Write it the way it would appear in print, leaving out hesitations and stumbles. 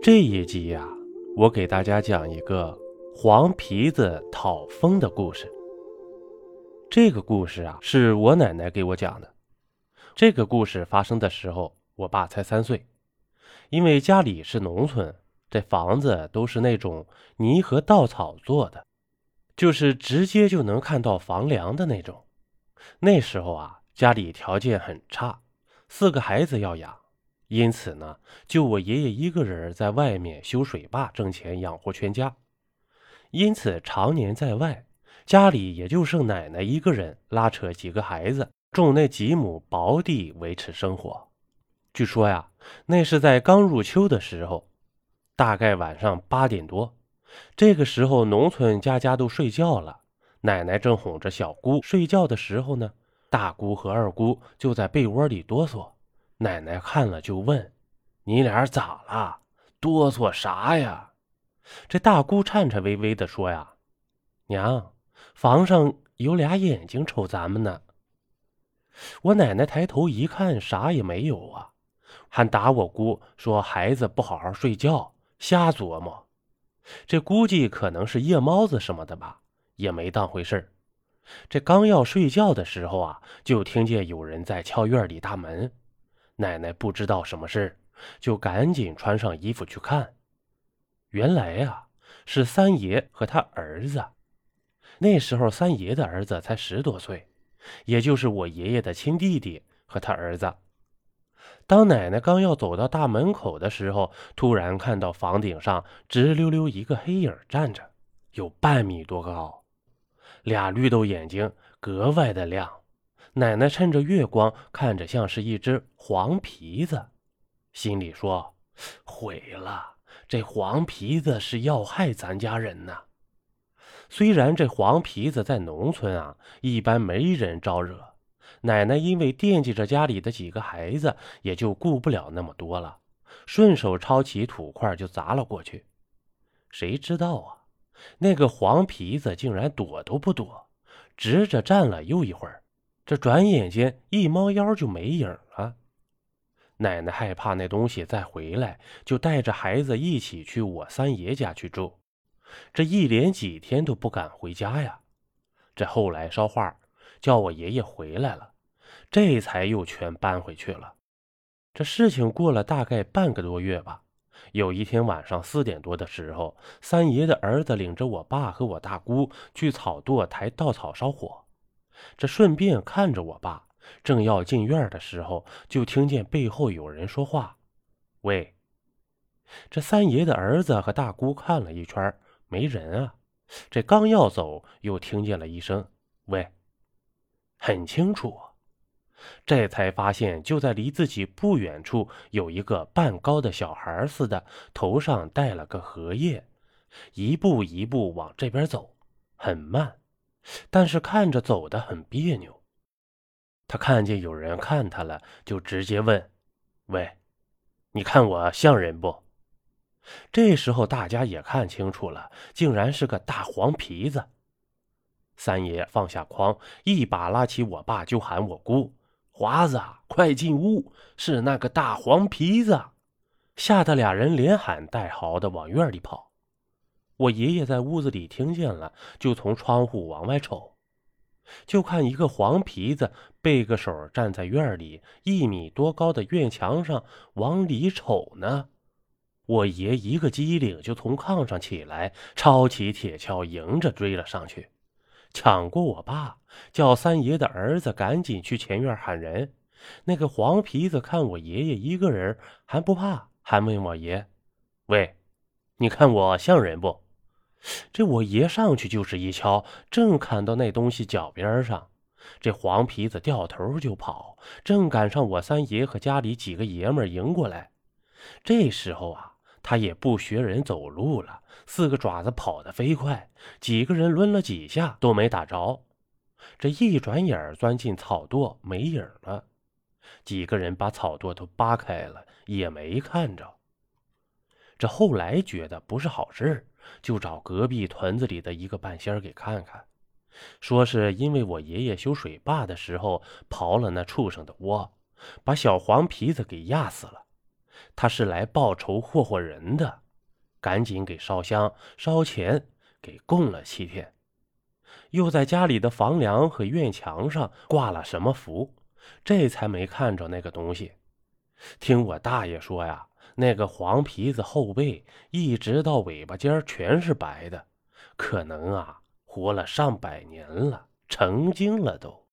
这一集呀，我给大家讲一个黄皮子讨风的故事。这个故事啊，是我奶奶给我讲的。这个故事发生的时候，我爸才3岁。因为家里是农村，这房子都是那种泥和稻草做的，就是直接就能看到房梁的那种。那时候啊，家里条件很差，4个孩子要养。因此呢，就我爷爷一个人在外面修水坝挣钱养活全家。因此常年在外，家里也就剩奶奶一个人拉扯几个孩子，种那几亩薄地维持生活。据说呀，那是在刚入秋的时候，大概晚上8点多。这个时候农村家家都睡觉了，奶奶正哄着小姑睡觉的时候呢，大姑和二姑就在被窝里哆嗦。奶奶看了就问：“你俩咋了？哆嗦啥呀？”这大姑颤颤巍巍地说呀：“娘，房上有俩眼睛瞅咱们呢。”我奶奶抬头一看，啥也没有啊，还打我姑说孩子不好好睡觉，瞎琢磨。这估计可能是夜猫子什么的吧，也没当回事。这刚要睡觉的时候啊，就听见有人在敲院里大门。奶奶不知道什么事，就赶紧穿上衣服去看。原来呀，是三爷和他儿子。那时候三爷的儿子才10多岁，也就是我爷爷的亲弟弟和他儿子。当奶奶刚要走到大门口的时候，突然看到房顶上直溜溜一个黑影站着，有半米多高，俩绿豆眼睛格外的亮。奶奶趁着月光看着像是一只黄皮子，心里说：“毁了，这黄皮子是要害咱家人呢。”虽然这黄皮子在农村啊，一般没人招惹，奶奶因为惦记着家里的几个孩子，也就顾不了那么多了，顺手抄起土块就砸了过去。谁知道啊，那个黄皮子竟然躲都不躲，直着站了又一会儿，这转眼间一猫腰就没影了。奶奶害怕那东西再回来，就带着孩子一起去我三爷家去住。这一连几天都不敢回家呀。这后来捎话叫我爷爷回来了，这才又全搬回去了。这事情过了大概半个多月吧。有一天晚上4点多的时候，三爷的儿子领着我爸和我大姑去草垛抬稻草烧火。这顺便看着我爸，正要进院的时候，就听见背后有人说话：“喂。”这三爷的儿子和大姑看了一圈，没人啊。这刚要走，又听见了一声“喂”，很清楚啊。这才发现就在离自己不远处有一个半高的小孩似的，头上戴了个荷叶，一步一步往这边走，很慢，但是看着走得很别扭。他看见有人看他了，就直接问：“喂，你看我像人不？”这时候大家也看清楚了，竟然是个大黄皮子。三爷放下筐，一把拉起我爸就喊我姑：“华子，快进屋，是那个大黄皮子！”吓得俩人连喊带嚎的往院里跑。我爷爷在屋子里听见了，就从窗户往外瞅，就看一个黄皮子背个手站在院里1米多高的院墙上往里瞅呢。我爷一个机灵就从炕上起来，抄起铁锹迎着追了上去，抢过我爸，叫三爷的儿子赶紧去前院喊人。那个黄皮子看我爷爷一个人还不怕，还问我爷：“喂，你看我像人不？”这我爷上去就是一敲，正砍到那东西脚边上，这黄皮子掉头就跑，正赶上我三爷和家里几个爷们儿迎过来。这时候啊，他也不学人走路了，4个爪子跑得飞快，几个人抡了几下都没打着。这一转眼钻进草垛没影了，几个人把草垛都扒开了，也没看着。这后来觉得不是好事，就找隔壁屯子里的一个半仙给看看，说是因为我爷爷修水坝的时候刨了那畜生的窝，把小黄皮子给压死了。 他是来报仇霍霍人的，赶紧给烧香烧钱，给供了7天。又在家里的房梁和院墙上挂了什么符，这才没看着那个东西。听我大爷说呀，那个黄皮子后背一直到尾巴尖全是白的，可能啊活了上百年了，成精了都。